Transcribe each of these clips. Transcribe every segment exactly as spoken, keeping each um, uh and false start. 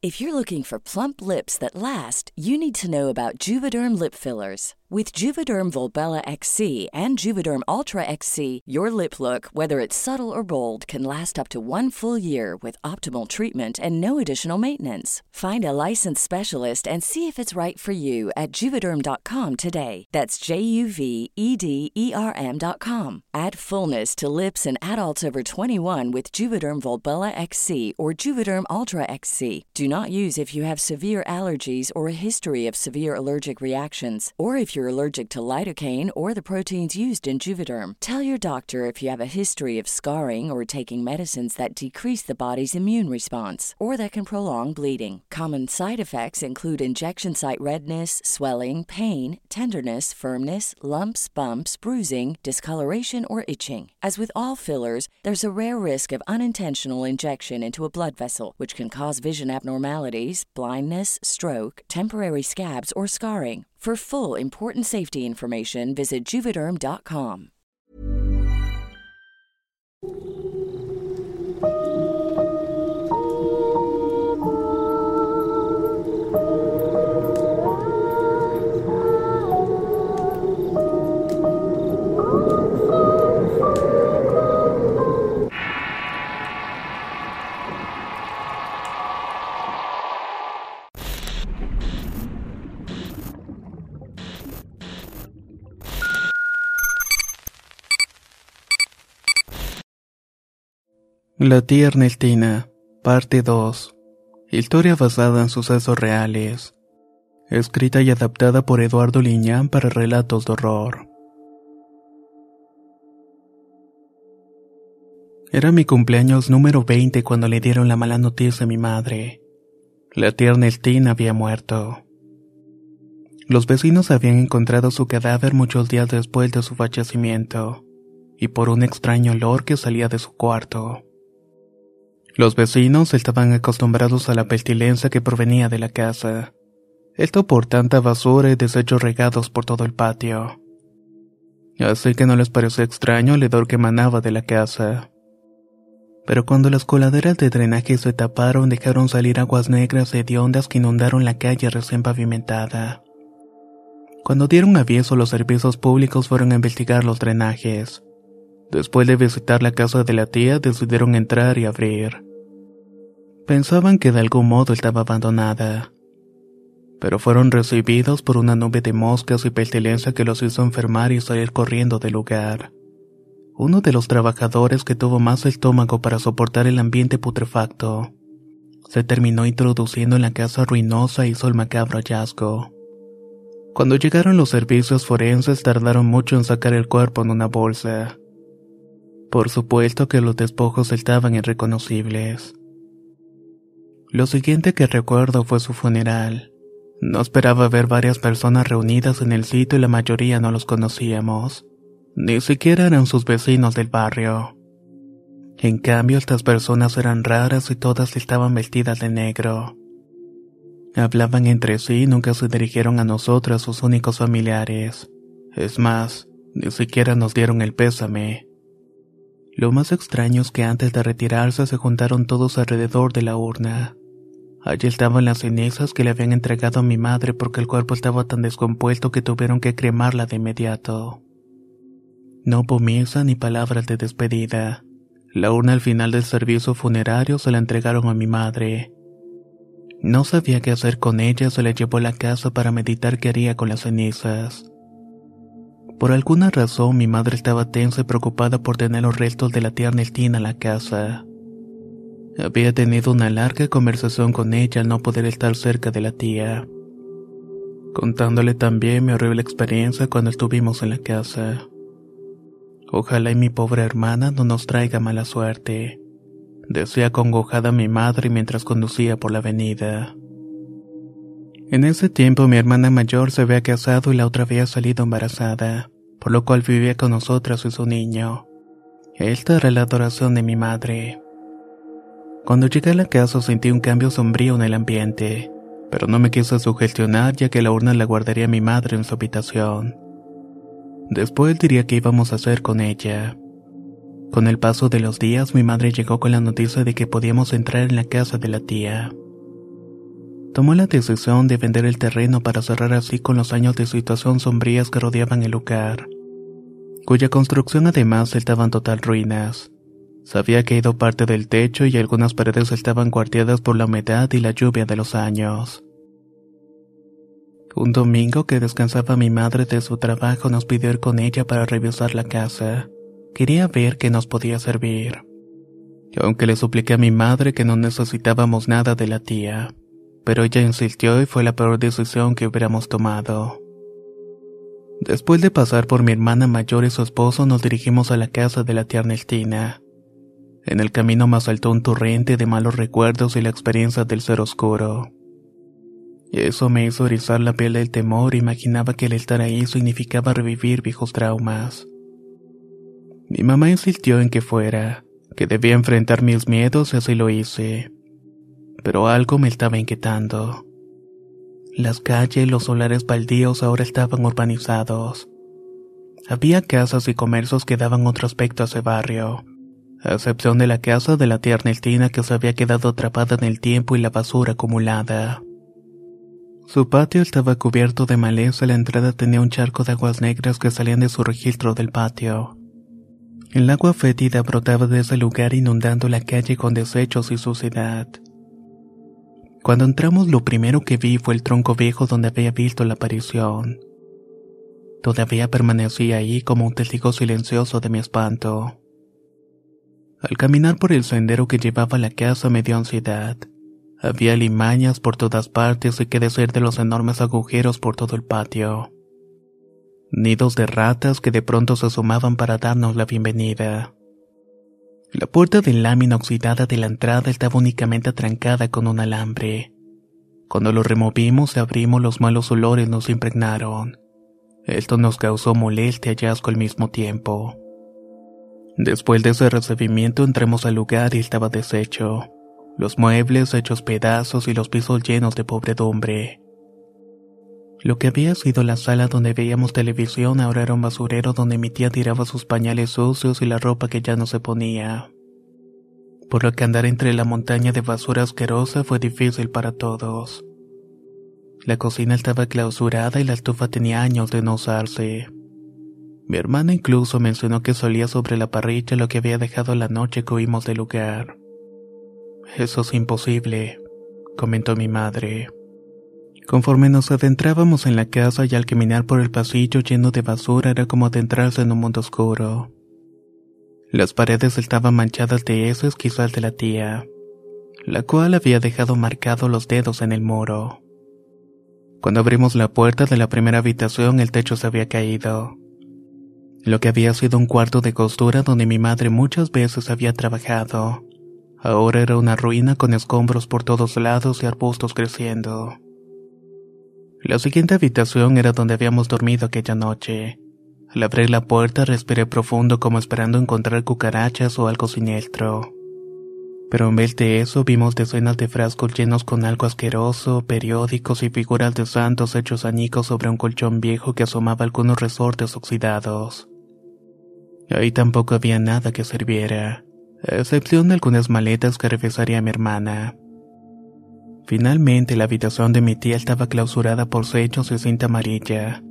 If you're looking for plump lips that last, you need to know about Juvederm lip fillers. With Juvederm Volbella X C and Juvederm Ultra X C, your lip look, whether it's subtle or bold, can last up to one full year with optimal treatment and no additional maintenance. Find a licensed specialist and see if it's right for you at Juvederm dot com today. That's J U V E D E R M dot com. Add fullness to lips in adults over twenty-one with Juvederm Volbella X C or Juvederm Ultra X C. Do not use if you have severe allergies or a history of severe allergic reactions, or if you're allergic to lidocaine or the proteins used in Juvederm. Tell your doctor if you have a history of scarring or taking medicines that decrease the body's immune response or that can prolong bleeding. Common side effects include injection site redness, swelling, pain, tenderness, firmness, lumps, bumps, bruising, discoloration, or itching. As with all fillers, there's a rare risk of unintentional injection into a blood vessel, which can cause vision abnormalities, blindness, stroke, temporary scabs, or scarring. For full, important safety information, visit Juvederm dot com. La tía Ernestina, parte dos. Historia basada en sucesos reales. Escrita y adaptada por Eduardo Liñán para relatos de horror. Era mi cumpleaños número veinte cuando le dieron la mala noticia a mi madre. La tía Ernestina había muerto. Los vecinos habían encontrado su cadáver muchos días después de su fallecimiento, y por un extraño olor que salía de su cuarto. Los vecinos estaban acostumbrados a la pestilencia que provenía de la casa. Esto por tanta basura y desechos regados por todo el patio. Así que no les pareció extraño el hedor que emanaba de la casa. Pero cuando las coladeras de drenaje se taparon, dejaron salir aguas negras hediondas que inundaron la calle recién pavimentada. Cuando dieron aviso, los servicios públicos fueron a investigar los drenajes. Después de visitar la casa de la tía, decidieron entrar y abrir. Pensaban que de algún modo estaba abandonada, pero fueron recibidos por una nube de moscas y pestilencia que los hizo enfermar y salir corriendo del lugar. Uno de los trabajadores que tuvo más estómago para soportar el ambiente putrefacto se terminó introduciendo en la casa ruinosa e hizo el macabro hallazgo. Cuando llegaron los servicios forenses, tardaron mucho en sacar el cuerpo en una bolsa. Por supuesto que los despojos estaban irreconocibles. Lo siguiente que recuerdo fue su funeral. No esperaba ver varias personas reunidas en el sitio y la mayoría no los conocíamos. Ni siquiera eran sus vecinos del barrio. En cambio, estas personas eran raras y todas estaban vestidas de negro. Hablaban entre sí y nunca se dirigieron a nosotros, sus únicos familiares. Es más, ni siquiera nos dieron el pésame. Lo más extraño es que antes de retirarse se juntaron todos alrededor de la urna. Allí estaban las cenizas que le habían entregado a mi madre porque el cuerpo estaba tan descompuesto que tuvieron que cremarla de inmediato. No hubo misa ni palabras de despedida. La urna al final del servicio funerario se la entregaron a mi madre. No sabía qué hacer con ella, se la llevó a la casa para meditar qué haría con las cenizas. Por alguna razón mi madre estaba tensa y preocupada por tener los restos de la tía Ernestina en la casa. Había tenido una larga conversación con ella al no poder estar cerca de la tía, contándole también mi horrible experiencia cuando estuvimos en la casa. Ojalá y mi pobre hermana no nos traiga mala suerte, decía congojada mi madre mientras conducía por la avenida. En ese tiempo mi hermana mayor se había casado y la otra había salido embarazada, por lo cual vivía con nosotras y su niño. Esta era la adoración de mi madre. Cuando llegué a la casa sentí un cambio sombrío en el ambiente, pero no me quise sugestionar ya que la urna la guardaría mi madre en su habitación. Después diría qué íbamos a hacer con ella. Con el paso de los días mi madre llegó con la noticia de que podíamos entrar en la casa de la tía. tomó la decisión de vender el terreno para cerrar así con los años de situación sombrías que rodeaban el lugar, cuya construcción además estaba en total ruinas. Se había caído parte del techo y algunas paredes estaban cuarteadas por la humedad y la lluvia de los años. Un domingo que descansaba mi madre de su trabajo nos pidió ir con ella para revisar la casa. Quería ver qué nos podía servir. Aunque le supliqué a mi madre que no necesitábamos nada de la tía, pero ella insistió y fue la peor decisión que hubiéramos tomado. Después de pasar por mi hermana mayor y su esposo, nos dirigimos a la casa de la tía Ernestina. En el camino me asaltó un torrente de malos recuerdos y la experiencia del ser oscuro. Eso me hizo erizar la piel del temor. Imaginaba que el estar ahí significaba revivir viejos traumas. Mi mamá insistió en que fuera, que debía enfrentar mis miedos y así lo hice. Pero algo me estaba inquietando. Las calles y los solares baldíos ahora estaban urbanizados. Había casas y comercios que daban otro aspecto a ese barrio, a excepción de la casa de la tía Ernestina que se había quedado atrapada en el tiempo y la basura acumulada. Su patio estaba cubierto de maleza y la entrada tenía un charco de aguas negras que salían de su registro del patio. El agua fétida brotaba de ese lugar inundando la calle con desechos y suciedad. Cuando entramos, lo primero que vi fue el tronco viejo donde había visto la aparición. Todavía permanecía ahí como un testigo silencioso de mi espanto. Al caminar por el sendero que llevaba a la casa me dio ansiedad. Había alimañas por todas partes y qué decir de los enormes agujeros por todo el patio. Nidos de ratas que de pronto se asomaban para darnos la bienvenida. La puerta de lámina oxidada de la entrada estaba únicamente atrancada con un alambre. Cuando lo removimos y abrimos, los malos olores nos impregnaron. Esto nos causó molestia y asco al mismo tiempo. Después de ese recibimiento entramos al lugar y estaba deshecho. Los muebles hechos pedazos y los pisos llenos de podredumbre. Lo que había sido la sala donde veíamos televisión ahora era un basurero donde mi tía tiraba sus pañales sucios y la ropa que ya no se ponía. Por lo que andar entre la montaña de basura asquerosa fue difícil para todos. La cocina estaba clausurada y la estufa tenía años de no usarse. Mi hermana incluso mencionó que solía sobre la parrilla lo que había dejado la noche que huimos del lugar. «Eso es imposible», comentó mi madre. Conforme nos adentrábamos en la casa y al caminar por el pasillo lleno de basura era como adentrarse en un mundo oscuro. Las paredes estaban manchadas de heces, quizás de la tía, la cual había dejado marcados los dedos en el muro. Cuando abrimos la puerta de la primera habitación, el techo se había caído. Lo que había sido un cuarto de costura donde mi madre muchas veces había trabajado, ahora era una ruina con escombros por todos lados y arbustos creciendo. La siguiente habitación era donde habíamos dormido aquella noche. Al abrir la puerta respiré profundo como esperando encontrar cucarachas o algo siniestro. Pero en vez de eso vimos decenas de frascos llenos con algo asqueroso, periódicos y figuras de santos hechos añicos sobre un colchón viejo que asomaba algunos resortes oxidados. Ahí tampoco había nada que sirviera, a excepción de algunas maletas que revisaría mi hermana. Finalmente la habitación de mi tía estaba clausurada por sellos y cinta amarilla.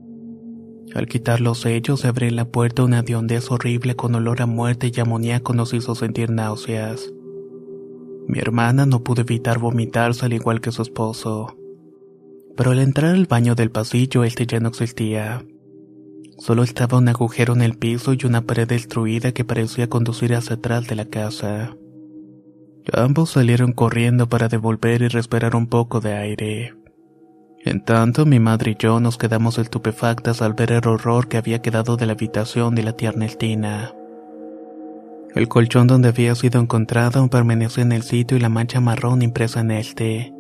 Al quitar los sellos y abrir la puerta, una hediondez horrible con olor a muerte y amoníaco nos hizo sentir náuseas. Mi hermana no pudo evitar vomitarse al igual que su esposo. Pero al entrar al baño del pasillo, este ya no existía. Solo estaba un agujero en el piso y una pared destruida que parecía conducir hacia atrás de la casa. Ambos salieron corriendo para devolver y respirar un poco de aire. En tanto, mi madre y yo nos quedamos estupefactas al ver el horror que había quedado de la habitación de la tía Ernestina. El colchón donde había sido encontrado aún permanecía en el sitio y la mancha marrón impresa en este.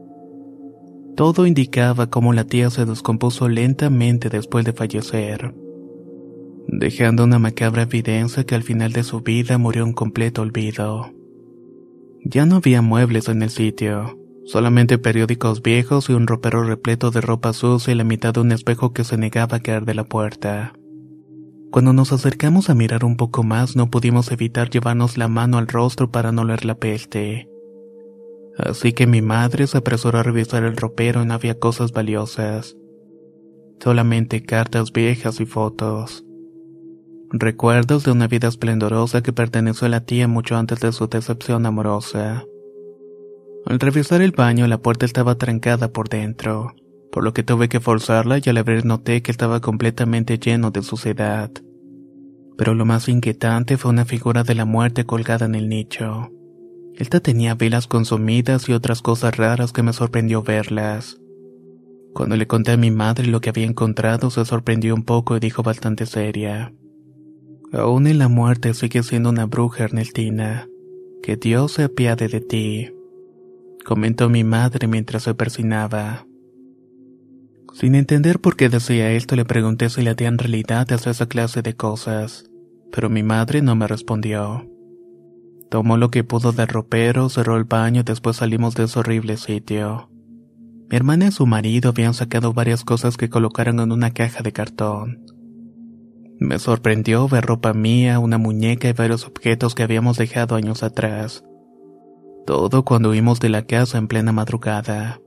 Todo indicaba cómo la tía se descompuso lentamente después de fallecer, dejando una macabra evidencia que al final de su vida murió en completo olvido. Ya no había muebles en el sitio, solamente periódicos viejos y un ropero repleto de ropa sucia y la mitad de un espejo que se negaba a caer de la puerta. Cuando nos acercamos a mirar un poco más, no pudimos evitar llevarnos la mano al rostro para no oler la peste. Así que mi madre se apresuró a revisar el ropero y no había cosas valiosas. Solamente cartas viejas y fotos. Recuerdos de una vida esplendorosa que perteneció a la tía mucho antes de su decepción amorosa. Al revisar el baño, la puerta estaba trancada por dentro, por lo que tuve que forzarla y al abrir noté que estaba completamente lleno de suciedad. Pero lo más inquietante fue una figura de la muerte colgada en el nicho. Esta tenía velas consumidas y otras cosas raras que me sorprendió verlas. Cuando le conté a mi madre lo que había encontrado, se sorprendió un poco y dijo bastante seria: «Aún en la muerte sigue siendo una bruja, Ernestina. Que Dios se apiade de ti», comentó mi madre mientras se persinaba. Sin entender por qué decía esto, le pregunté si la tía en realidad hacía esa clase de cosas, pero mi madre no me respondió. Tomó lo que pudo del ropero, cerró el baño y después salimos de ese horrible sitio. Mi hermana y su marido habían sacado varias cosas que colocaron en una caja de cartón. Me sorprendió ver ropa mía, una muñeca y varios objetos que habíamos dejado años atrás. Todo cuando huimos de la casa en plena madrugada.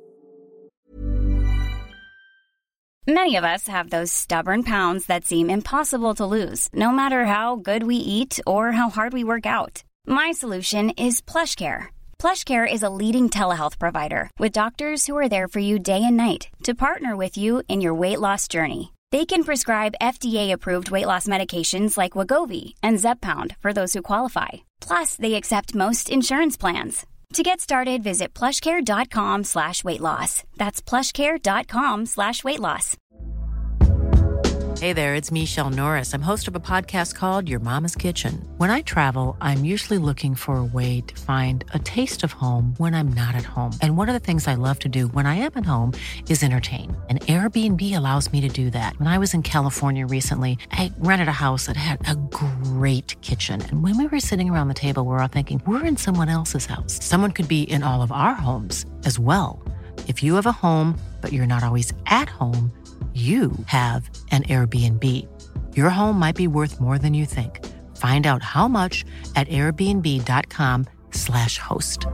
Many of us have those stubborn pounds that seem impossible to lose, no matter how good we eat or how hard we work out. My solution is PlushCare. PlushCare is a leading telehealth provider with doctors who are there for you day and night to partner with you in your weight loss journey. They can prescribe F D A-approved weight loss medications like Wegovy and Zepbound for those who qualify. Plus, they accept most insurance plans. To get started, visit plushcare.com slash weight loss. That's plushcare.com slash weight loss. Hey there, it's Michelle Norris. I'm host of a podcast called Your Mama's Kitchen. When I travel, I'm usually looking for a way to find a taste of home when I'm not at home. And one of the things I love to do when I am at home is entertain. And Airbnb allows me to do that. When I was in California recently, I rented a house that had a great kitchen. And when we were sitting around the table, we were all thinking, we're in someone else's house. Someone could be in all of our homes as well. If you have a home, but you're not always at home, you have an Airbnb. Your home might be worth more than you think. Find out how much at airbnb.com slash host.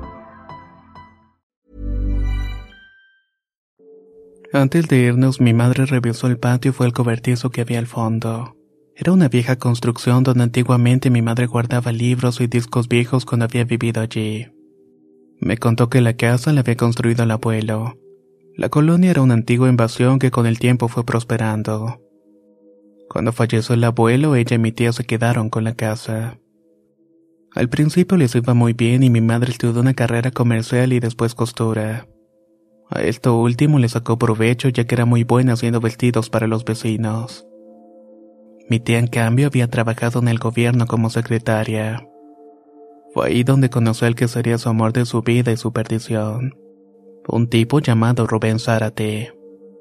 Antes de irnos, mi madre revisó el patio y fue al cobertizo que había al fondo. Era una vieja construcción donde antiguamente mi madre guardaba libros y discos viejos cuando había vivido allí. Me contó que la casa la había construido el abuelo. La colonia era una antigua invasión que con el tiempo fue prosperando. Cuando falleció el abuelo, ella y mi tía se quedaron con la casa. Al principio les iba muy bien y mi madre estudió una carrera comercial y después costura. A esto último le sacó provecho ya que era muy buena haciendo vestidos para los vecinos. Mi tía en cambio había trabajado en el gobierno como secretaria. Fue ahí donde conoció al que sería su amor de su vida y su perdición. Un tipo llamado Rubén Zárate.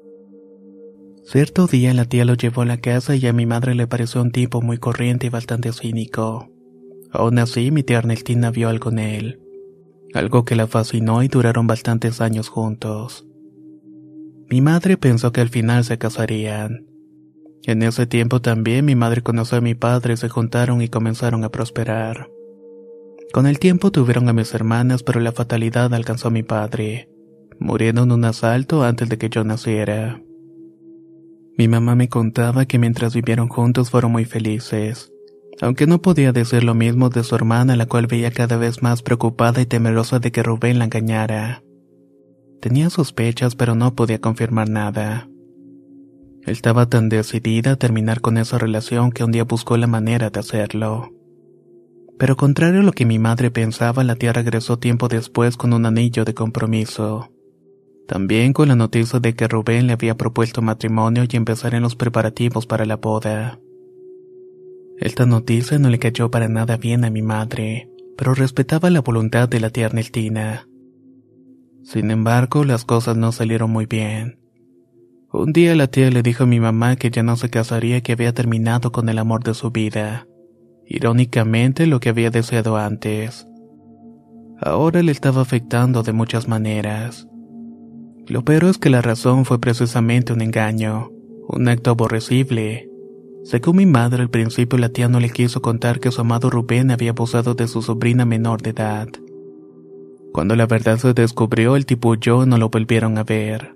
Cierto día la tía lo llevó a la casa y a mi madre le pareció un tipo muy corriente y bastante cínico. Aún así, mi tía Ernestina vio algo en él. Algo que la fascinó y duraron bastantes años juntos. Mi madre pensó que al final se casarían. En ese tiempo también mi madre conoció a mi padre, se juntaron y comenzaron a prosperar. Con el tiempo tuvieron a mis hermanas, pero la fatalidad alcanzó a mi padre, muriendo en un asalto antes de que yo naciera. Mi mamá me contaba que mientras vivieron juntos fueron muy felices, aunque no podía decir lo mismo de su hermana, la cual veía cada vez más preocupada y temerosa de que Rubén la engañara. Tenía sospechas, pero no podía confirmar nada. Estaba tan decidida a terminar con esa relación que un día buscó la manera de hacerlo. Pero contrario a lo que mi madre pensaba, la tía regresó tiempo después con un anillo de compromiso. También con la noticia de que Rubén le había propuesto matrimonio y empezar en los preparativos para la boda. Esta noticia no le cayó para nada bien a mi madre, pero respetaba la voluntad de la tía Ernestina. Sin embargo, las cosas no salieron muy bien. Un día la tía le dijo a mi mamá que ya no se casaría y que había terminado con el amor de su vida. Irónicamente, lo que había deseado antes. Ahora le estaba afectando de muchas maneras. Lo peor es que la razón fue precisamente un engaño, un acto aborrecible. Según mi madre, al principio la tía no le quiso contar que su amado Rubén había abusado de su sobrina menor de edad. Cuando la verdad se descubrió, el tipo y yo no lo volvieron a ver.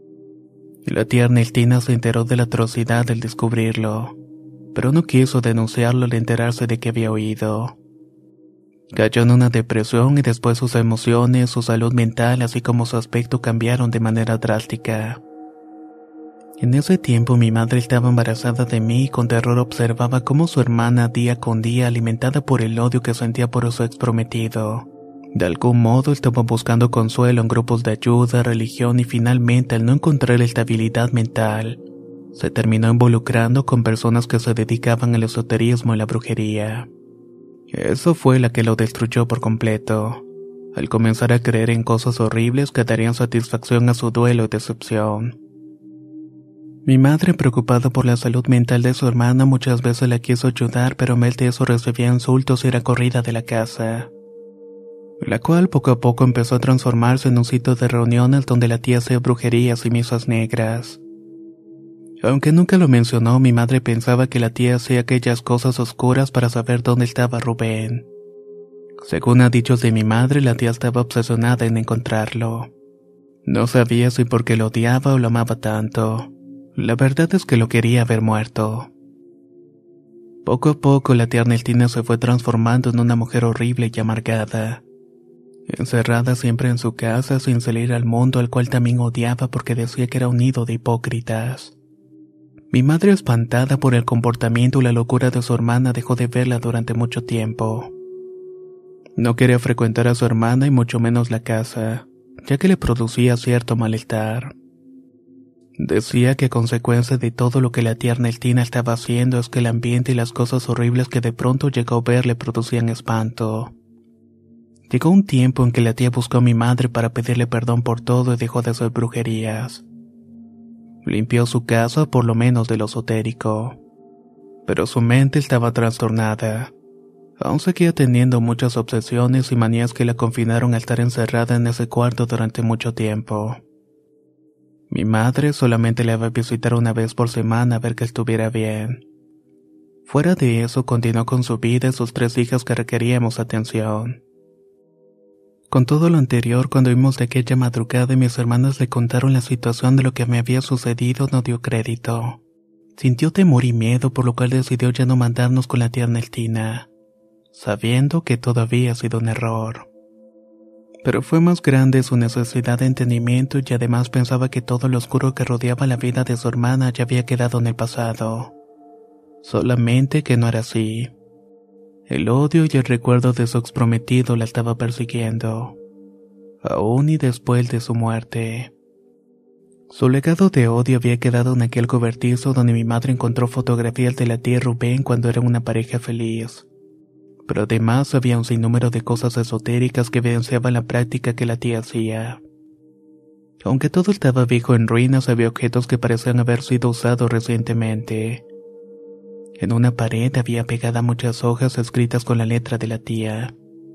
La tía Ernestina se enteró de la atrocidad al descubrirlo, pero no quiso denunciarlo al enterarse de que había oído. Cayó en una depresión y después sus emociones, su salud mental, así como su aspecto cambiaron de manera drástica. En ese tiempo mi madre estaba embarazada de mí y con terror observaba cómo su hermana día con día, alimentada por el odio que sentía por su ex prometido, de algún modo estaba buscando consuelo en grupos de ayuda, religión y finalmente al no encontrar estabilidad mental, se terminó involucrando con personas que se dedicaban al esoterismo y la brujería. Eso fue la que lo destruyó por completo, al comenzar a creer en cosas horribles que darían satisfacción a su duelo y decepción. Mi madre, preocupada por la salud mental de su hermana, muchas veces la quiso ayudar, pero en vez de eso recibía insultos y era corrida de la casa, la cual poco a poco empezó a transformarse en un sitio de reuniones donde la tía hacía brujerías y misas negras. Aunque nunca lo mencionó, mi madre pensaba que la tía hacía aquellas cosas oscuras para saber dónde estaba Rubén. Según ha dicho de mi madre, la tía estaba obsesionada en encontrarlo. No sabía si porque lo odiaba o lo amaba tanto. La verdad es que lo quería ver muerto. Poco a poco la tía Ernestina se fue transformando en una mujer horrible y amargada. Encerrada siempre en su casa sin salir al mundo, al cual también odiaba porque decía que era un nido de hipócritas. Mi madre, espantada por el comportamiento y la locura de su hermana, dejó de verla durante mucho tiempo. No quería frecuentar a su hermana y mucho menos la casa, ya que le producía cierto malestar. Decía que a consecuencia de todo lo que la tía Ernestina estaba haciendo es que el ambiente y las cosas horribles que de pronto llegó a ver le producían espanto. Llegó un tiempo en que la tía buscó a mi madre para pedirle perdón por todo y dejó de hacer brujerías. Limpió su casa, por lo menos de lo esotérico. Pero su mente estaba trastornada. Aún seguía teniendo muchas obsesiones y manías que la confinaron a estar encerrada en ese cuarto durante mucho tiempo. Mi madre solamente la iba a visitar una vez por semana a ver que estuviera bien. Fuera de eso, continuó con su vida y sus tres hijas que requeríamos atención. Con todo lo anterior, cuando vimos de aquella madrugada y mis hermanas le contaron la situación de lo que me había sucedido, no dio crédito. Sintió temor y miedo, por lo cual decidió ya no mandarnos con la tía Ernestina, sabiendo que todo había sido un error. Pero fue más grande su necesidad de entendimiento y además pensaba que todo lo oscuro que rodeaba la vida de su hermana ya había quedado en el pasado. Solamente que no era así. El odio y el recuerdo de su exprometido la estaba persiguiendo, aún y después de su muerte. Su legado de odio había quedado en aquel cobertizo donde mi madre encontró fotografías de la tía Rubén cuando eran una pareja feliz. Pero además había un sinnúmero de cosas esotéricas que evidenciaban la práctica que la tía hacía. Aunque todo estaba viejo en ruinas, había objetos que parecían haber sido usados recientemente. En una pared había pegadas muchas hojas escritas con la letra de la tía.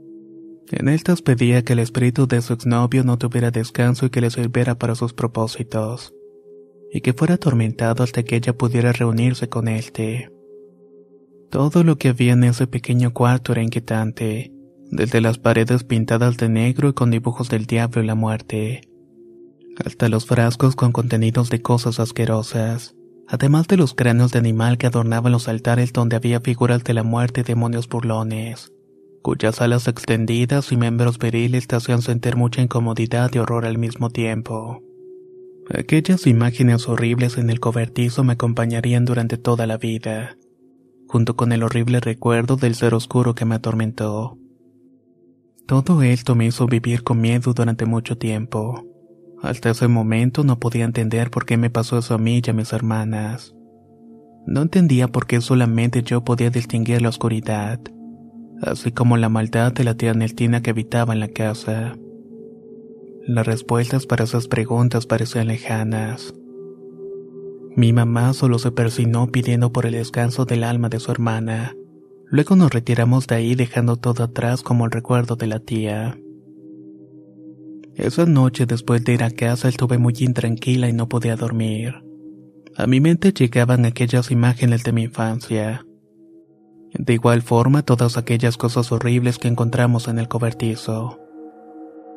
En estas pedía que el espíritu de su exnovio no tuviera descanso y que le sirviera para sus propósitos, y que fuera atormentado hasta que ella pudiera reunirse con éste. Todo lo que había en ese pequeño cuarto era inquietante, desde las paredes pintadas de negro y con dibujos del diablo y la muerte, hasta los frascos con contenidos de cosas asquerosas. Además de los cráneos de animal que adornaban los altares donde había figuras de la muerte y demonios burlones, cuyas alas extendidas y miembros viriles te hacían sentir mucha incomodidad y horror al mismo tiempo. Aquellas imágenes horribles en el cobertizo me acompañarían durante toda la vida, junto con el horrible recuerdo del ser oscuro que me atormentó. Todo esto me hizo vivir con miedo durante mucho tiempo. Hasta ese momento no podía entender por qué me pasó eso a mí y a mis hermanas. No entendía por qué solamente yo podía distinguir la oscuridad, así como la maldad de la tía Ernestina que habitaba en la casa. Las respuestas para esas preguntas parecían lejanas. Mi mamá solo se persignó pidiendo por el descanso del alma de su hermana. Luego nos retiramos de ahí dejando todo atrás como el recuerdo de la tía. Esa noche, después de ir a casa, estuve muy intranquila y no podía dormir. A mi mente llegaban aquellas imágenes de mi infancia. De igual forma, todas aquellas cosas horribles que encontramos en el cobertizo.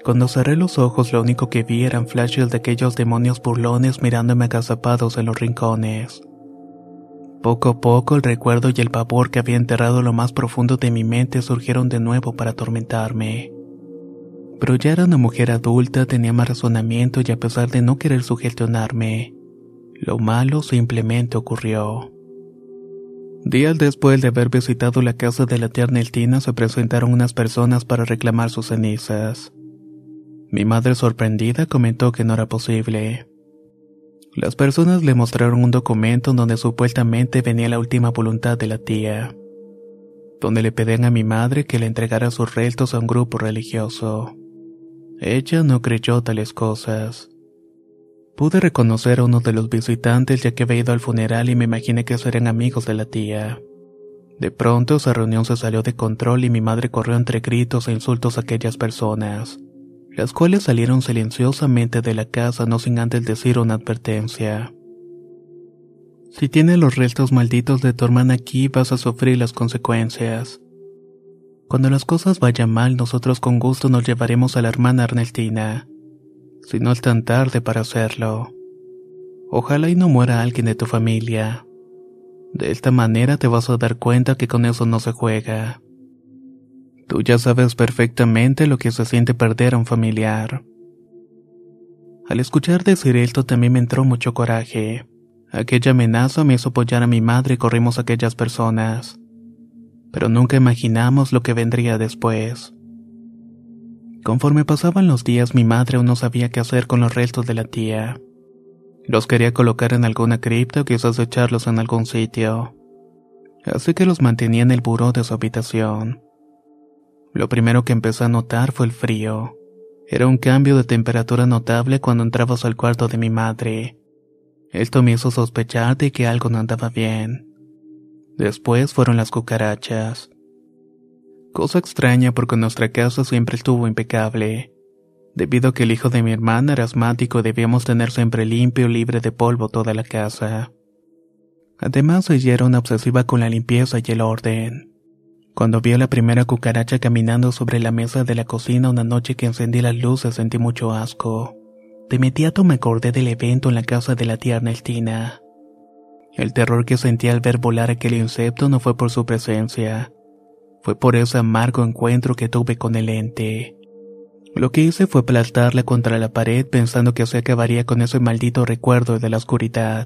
Cuando cerré los ojos, lo único que vi eran flashes de aquellos demonios burlones mirándome agazapados en los rincones. Poco a poco el recuerdo y el pavor que había enterrado en lo más profundo de mi mente surgieron de nuevo para atormentarme. Pero ya era una mujer adulta, tenía más razonamiento y a pesar de no querer sugestionarme, lo malo simplemente ocurrió. Días después de haber visitado la casa de la tía Ernestina, se presentaron unas personas para reclamar sus cenizas. Mi madre, sorprendida, comentó que no era posible. Las personas le mostraron un documento donde supuestamente venía la última voluntad de la tía, donde le pedían a mi madre que le entregara sus restos a un grupo religioso. Ella no creyó tales cosas. Pude reconocer a uno de los visitantes ya que había ido al funeral y me imaginé que serían amigos de la tía. De pronto esa reunión se salió de control y mi madre corrió entre gritos e insultos a aquellas personas, las cuales salieron silenciosamente de la casa no sin antes decir una advertencia. Si tienes los restos malditos de tu hermana aquí, vas a sufrir las consecuencias. Cuando las cosas vayan mal, nosotros con gusto nos llevaremos a la hermana Ernestina, si no es tan tarde para hacerlo. Ojalá y no muera alguien de tu familia. De esta manera te vas a dar cuenta que con eso no se juega. Tú ya sabes perfectamente lo que se siente perder a un familiar. Al escuchar decir esto también me entró mucho coraje. Aquella amenaza me hizo apoyar a mi madre y corrimos a aquellas personas. Pero nunca imaginamos lo que vendría después. Conforme pasaban los días, mi madre aún no sabía qué hacer con los restos de la tía. Los quería colocar en alguna cripta o quizás echarlos en algún sitio. Así que los mantenía en el buró de su habitación. Lo primero que empecé a notar fue el frío. Era un cambio de temperatura notable cuando entrabas al cuarto de mi madre. Esto me hizo sospechar de que algo no andaba bien. Después fueron las cucarachas. Cosa extraña porque nuestra casa siempre estuvo impecable. Debido a que el hijo de mi hermana era asmático, debíamos tener siempre limpio y libre de polvo toda la casa. Además, ella era una obsesiva con la limpieza y el orden. Cuando vi a la primera cucaracha caminando sobre la mesa de la cocina una noche que encendí las luces, sentí mucho asco. De inmediato me acordé del evento en la casa de la tía Ernestina. El terror que sentí al ver volar aquel insecto no fue por su presencia, fue por ese amargo encuentro que tuve con el ente. Lo que hice fue aplastarla contra la pared pensando que así acabaría con ese maldito recuerdo de la oscuridad.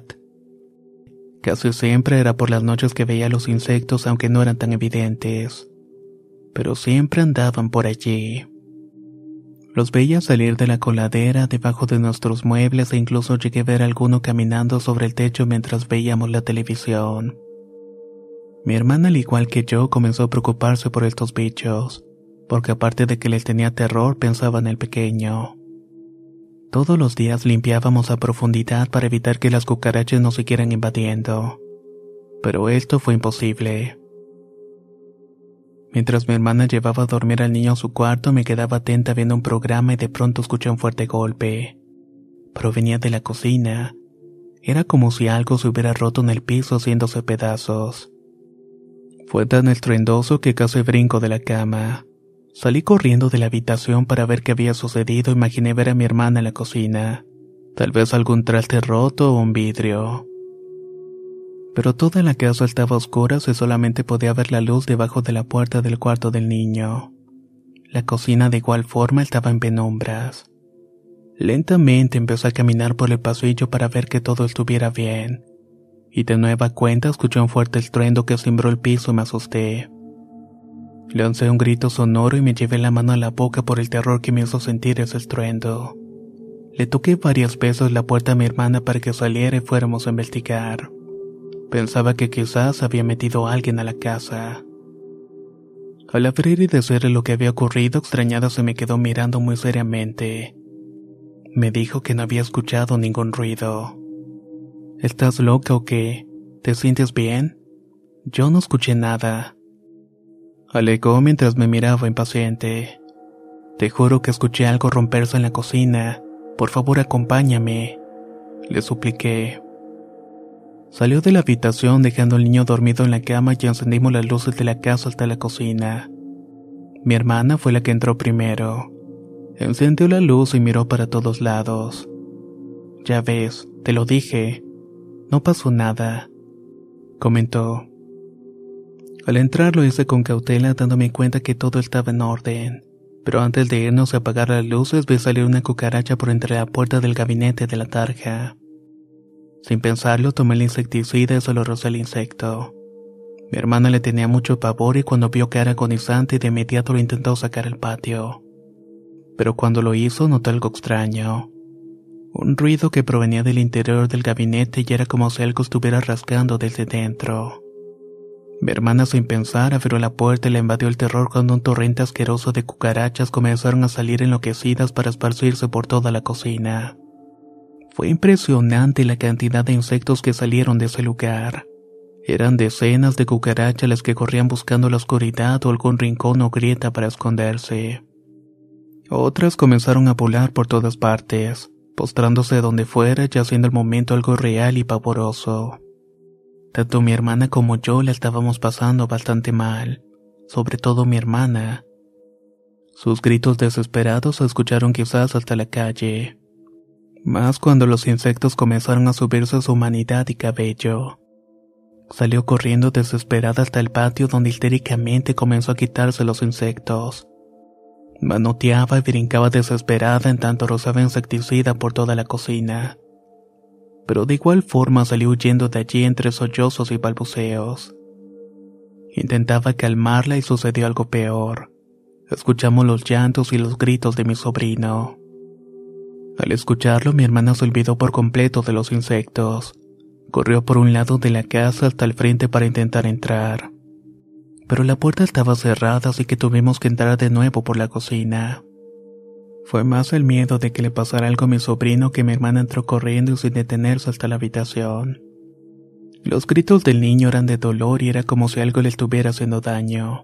Casi siempre era por las noches que veía los insectos, aunque no eran tan evidentes, pero siempre andaban por allí. Los veía salir de la coladera, debajo de nuestros muebles e incluso llegué a ver a alguno caminando sobre el techo mientras veíamos la televisión. Mi hermana, al igual que yo, comenzó a preocuparse por estos bichos, porque aparte de que les tenía terror, pensaba en el pequeño. Todos los días limpiábamos a profundidad para evitar que las cucarachas nos siguieran invadiendo, pero esto fue imposible. Mientras mi hermana llevaba a dormir al niño a su cuarto, me quedaba atenta viendo un programa y de pronto escuché un fuerte golpe. Provenía de la cocina. Era como si algo se hubiera roto en el piso haciéndose pedazos. Fue tan estruendoso que casi brinco de la cama. Salí corriendo de la habitación para ver qué había sucedido. Imaginé ver a mi hermana en la cocina. Tal vez algún traste roto o un vidrio. Pero toda la casa estaba oscura y solamente podía ver la luz debajo de la puerta del cuarto del niño. La cocina de igual forma estaba en penumbras. Lentamente empecé a caminar por el pasillo para ver que todo estuviera bien. Y de nueva cuenta escuché un fuerte estruendo que cimbró el piso y me asusté. Lancé un grito sonoro y me llevé la mano a la boca por el terror que me hizo sentir ese estruendo. Le toqué varias veces la puerta a mi hermana para que saliera y fuéramos a investigar. Pensaba que quizás había metido a alguien a la casa. Al abrir y decirle lo que había ocurrido, extrañada se me quedó mirando muy seriamente. Me dijo que no había escuchado ningún ruido. ¿Estás loca o qué? ¿Te sientes bien? Yo no escuché nada, alegó mientras me miraba impaciente. Te juro que escuché algo romperse en la cocina. Por favor, acompáñame, le supliqué. Salió de la habitación dejando al niño dormido en la cama y encendimos las luces de la casa hasta la cocina. Mi hermana fue la que entró primero. Encendió la luz y miró para todos lados. Ya ves, te lo dije. No pasó nada, comentó. Al entrar lo hice con cautela, dándome cuenta que todo estaba en orden. Pero antes de irnos a apagar las luces, vi salir una cucaracha por entre la puerta del gabinete de la tarja. Sin pensarlo, tomé el insecticida y solo rocé el insecto. Mi hermana le tenía mucho pavor y cuando vio que era agonizante, de inmediato lo intentó sacar al patio. Pero cuando lo hizo, notó algo extraño. Un ruido que provenía del interior del gabinete y era como si algo estuviera rascando desde dentro. Mi hermana, sin pensar, abrió la puerta y le invadió el terror cuando un torrente asqueroso de cucarachas comenzaron a salir enloquecidas para esparcirse por toda la cocina. Fue impresionante la cantidad de insectos que salieron de ese lugar. Eran decenas de cucarachas las que corrían buscando la oscuridad o algún rincón o grieta para esconderse. Otras comenzaron a volar por todas partes, postrándose donde fuera y haciendo el momento algo real y pavoroso. Tanto mi hermana como yo la estábamos pasando bastante mal, sobre todo mi hermana. Sus gritos desesperados se escucharon quizás hasta la calle, más cuando los insectos comenzaron a subirse a su humanidad y cabello. Salió corriendo desesperada hasta el patio donde histéricamente comenzó a quitarse los insectos. Manoteaba y brincaba desesperada en tanto rozaba insecticida por toda la cocina. Pero de igual forma salió huyendo de allí entre sollozos y balbuceos. Intentaba calmarla y sucedió algo peor. Escuchamos los llantos y los gritos de mi sobrino. Al escucharlo, mi hermana se olvidó por completo de los insectos. Corrió por un lado de la casa hasta el frente para intentar entrar. Pero la puerta estaba cerrada, así que tuvimos que entrar de nuevo por la cocina. Fue más el miedo de que le pasara algo a mi sobrino que mi hermana entró corriendo y sin detenerse hasta la habitación. Los gritos del niño eran de dolor y era como si algo le estuviera haciendo daño.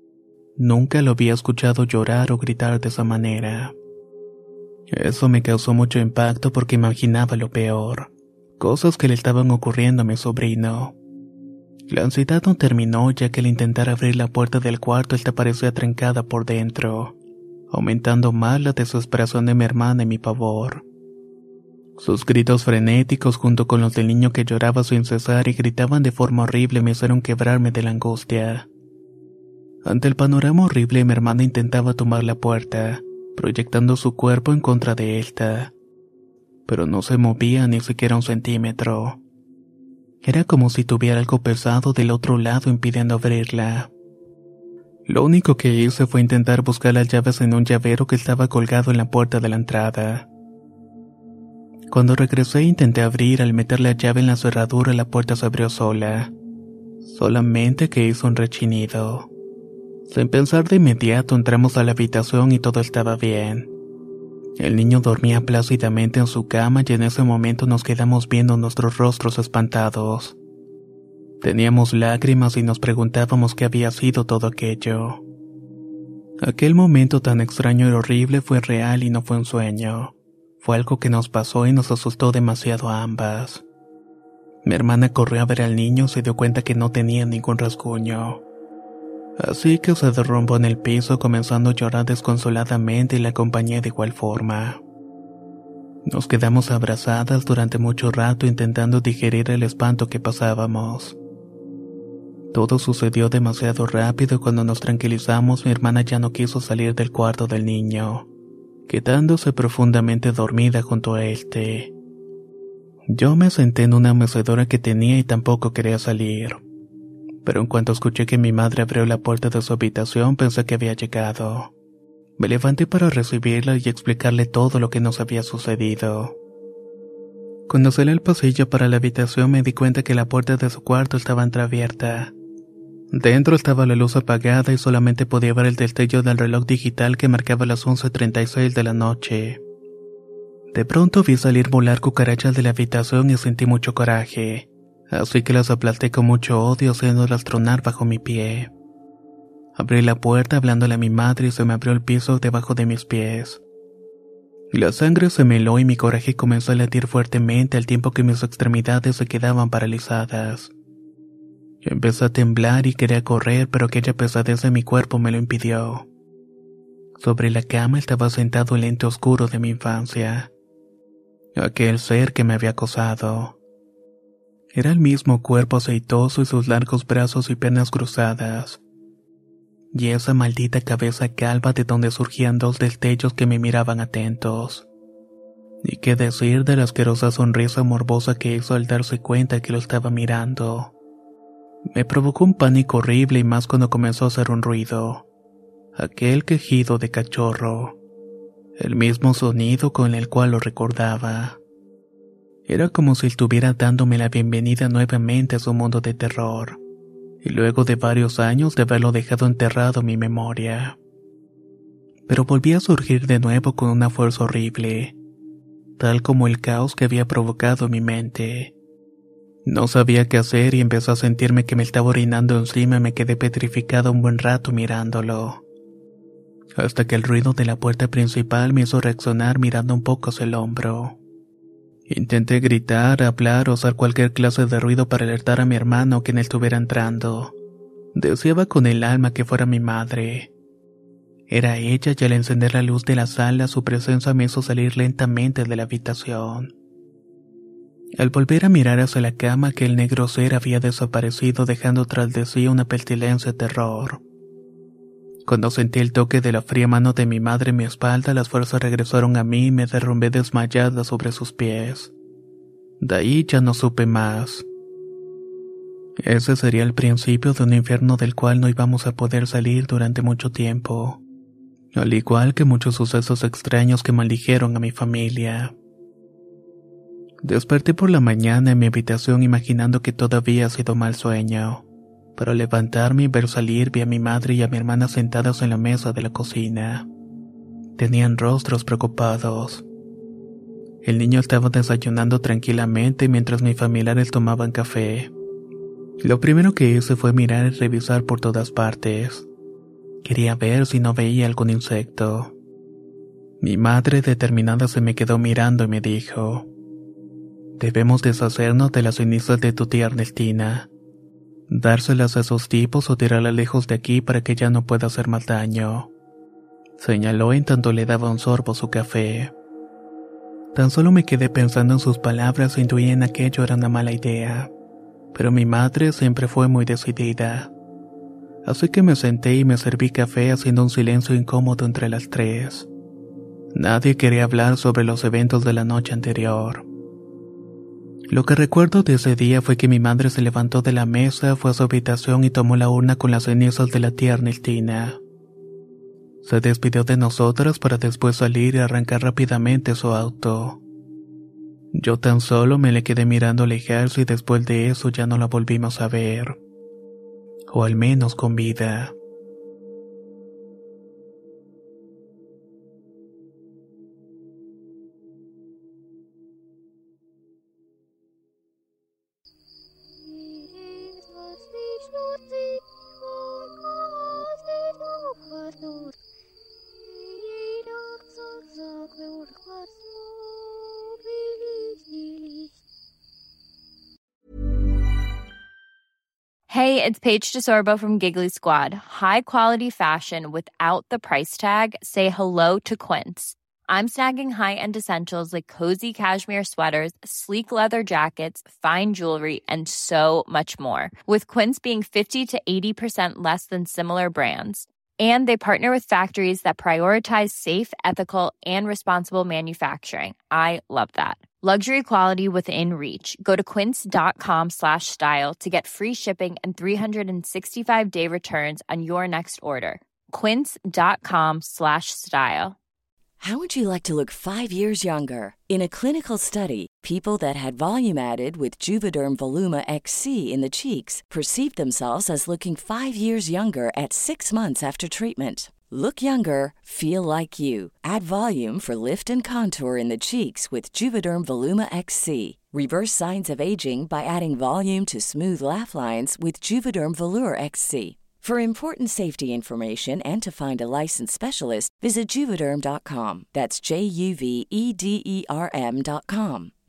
Nunca lo había escuchado llorar o gritar de esa manera. Eso me causó mucho impacto porque imaginaba lo peor, cosas que le estaban ocurriendo a mi sobrino. La ansiedad no terminó ya que al intentar abrir la puerta del cuarto esta parecía trancada por dentro, aumentando más la desesperación de mi hermana y mi pavor. Sus gritos frenéticos junto con los del niño que lloraba sin cesar y gritaban de forma horrible me hicieron quebrarme de la angustia. Ante el panorama horrible mi hermana intentaba tomar la puerta, proyectando su cuerpo en contra de esta, pero no se movía ni siquiera un centímetro. Era como si tuviera algo pesado del otro lado impidiendo abrirla. Lo único que hice fue intentar buscar las llaves en un llavero que estaba colgado en la puerta de la entrada. Cuando regresé intenté abrir, al meter la llave en la cerradura la puerta se abrió sola, solamente que hizo un rechinido. Sin pensar de inmediato entramos a la habitación y todo estaba bien. El niño dormía plácidamente en su cama y en ese momento nos quedamos viendo nuestros rostros espantados. Teníamos lágrimas y nos preguntábamos qué había sido todo aquello. Aquel momento tan extraño y horrible fue real y no fue un sueño. Fue algo que nos pasó y nos asustó demasiado a ambas. Mi hermana corrió a ver al niño y se dio cuenta que no tenía ningún rasguño. Así que se derrumbó en el piso comenzando a llorar desconsoladamente y la acompañé de igual forma. Nos quedamos abrazadas durante mucho rato intentando digerir el espanto que pasábamos. Todo sucedió demasiado rápido y cuando nos tranquilizamos mi hermana ya no quiso salir del cuarto del niño, quedándose profundamente dormida junto a este. Yo me senté en una mecedora que tenía y tampoco quería salir. Pero en cuanto escuché que mi madre abrió la puerta de su habitación pensé que había llegado. Me levanté para recibirla y explicarle todo lo que nos había sucedido. Cuando salí al pasillo para la habitación me di cuenta que la puerta de su cuarto estaba entreabierta. Dentro estaba la luz apagada y solamente podía ver el destello del reloj digital que marcaba las once treinta y seis de la noche. De pronto vi salir volar cucarachas de la habitación y sentí mucho coraje, así que las aplasté con mucho odio haciéndolas tronar bajo mi pie. Abrí la puerta hablándole a mi madre y se me abrió el piso debajo de mis pies. La sangre se me heló y mi coraje comenzó a latir fuertemente al tiempo que mis extremidades se quedaban paralizadas. Empecé a temblar y quería correr, pero aquella pesadez de mi cuerpo me lo impidió. Sobre la cama estaba sentado el ente oscuro de mi infancia. Aquel ser que me había acosado. Era el mismo cuerpo aceitoso y sus largos brazos y piernas cruzadas. Y esa maldita cabeza calva de donde surgían dos destellos que me miraban atentos. Y qué decir de la asquerosa sonrisa morbosa que hizo al darse cuenta que lo estaba mirando. Me provocó un pánico horrible y más cuando comenzó a hacer un ruido. Aquel quejido de cachorro. El mismo sonido con el cual lo recordaba. Era como si estuviera dándome la bienvenida nuevamente a su mundo de terror. Y luego de varios años de haberlo dejado enterrado en mi memoria. Pero volví a surgir de nuevo con una fuerza horrible, tal como el caos que había provocado en mi mente. No sabía qué hacer y empecé a sentirme que me estaba orinando encima y me quedé petrificado un buen rato mirándolo. Hasta que el ruido de la puerta principal me hizo reaccionar mirando un poco hacia el hombro. Intenté gritar, hablar o usar cualquier clase de ruido para alertar a mi hermano que en él estuviera entrando. Deseaba con el alma que fuera mi madre. Era ella y al encender la luz de la sala su presencia me hizo salir lentamente de la habitación. Al volver a mirar hacia la cama aquel negro ser había desaparecido dejando tras de sí una pestilencia de terror. Cuando sentí el toque de la fría mano de mi madre en mi espalda, las fuerzas regresaron a mí y me derrumbé desmayada sobre sus pies. De ahí ya no supe más. Ese sería el principio de un infierno del cual no íbamos a poder salir durante mucho tiempo, al igual que muchos sucesos extraños que maldijeron a mi familia. Desperté por la mañana en mi habitación imaginando que todo había sido mal sueño. Para levantarme y ver salir vi a mi madre y a mi hermana sentadas en la mesa de la cocina. Tenían rostros preocupados. El niño estaba desayunando tranquilamente mientras mis familiares tomaban café. Lo primero que hice fue mirar y revisar por todas partes. Quería ver si no veía algún insecto. Mi madre determinada se me quedó mirando y me dijo: «Debemos deshacernos de las cenizas de tu tía Ernestina. Dárselas a esos tipos o tirarla lejos de aquí para que ya no pueda hacer más daño», señaló en tanto le daba un sorbo a su café. Tan solo me quedé pensando en sus palabras e intuí en aquello era una mala idea, pero mi madre siempre fue muy decidida. Así que me senté y me serví café haciendo un silencio incómodo entre las tres. Nadie quería hablar sobre los eventos de la noche anterior. Lo que recuerdo de ese día fue que mi madre se levantó de la mesa, fue a su habitación y tomó la urna con las cenizas de la tía Ernestina. Se despidió de nosotras para después salir y arrancar rápidamente su auto. Yo tan solo me le quedé mirando alejarse y después de eso ya no la volvimos a ver. O al menos con vida. Hey, it's Paige DeSorbo from Giggly Squad. High quality fashion without the price tag. Say hello to Quince. I'm snagging high-end essentials like cozy cashmere sweaters, sleek leather jackets, fine jewelry, and so much more. With Quince being fifty to eighty percent less than similar brands. And they partner with factories that prioritize safe, ethical, and responsible manufacturing. I love that. Luxury quality within reach. Go to quince.com slash style to get free shipping and three sixty-five day returns on your next order. Quince.com slash style. How would you like to look five years younger? In a clinical study, people that had volume added with Juvederm Voluma X C in the cheeks perceived themselves as looking five years younger at six months after treatment. Look younger, feel like you. Add volume for lift and contour in the cheeks with Juvederm Voluma X C. Reverse signs of aging by adding volume to smooth laugh lines with Juvederm Volure X C. For important safety information and to find a licensed specialist, visit Juvederm dot com. That's J U V E D E R M dot com.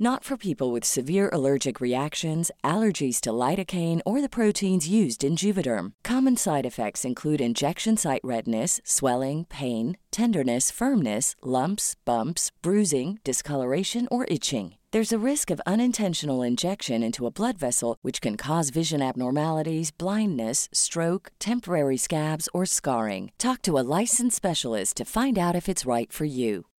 Not for people with severe allergic reactions, allergies to lidocaine, or the proteins used in Juvederm. Common side effects include injection site redness, swelling, pain, tenderness, firmness, lumps, bumps, bruising, discoloration, or itching. There's a risk of unintentional injection into a blood vessel, which can cause vision abnormalities, blindness, stroke, temporary scabs, or scarring. Talk to a licensed specialist to find out if it's right for you.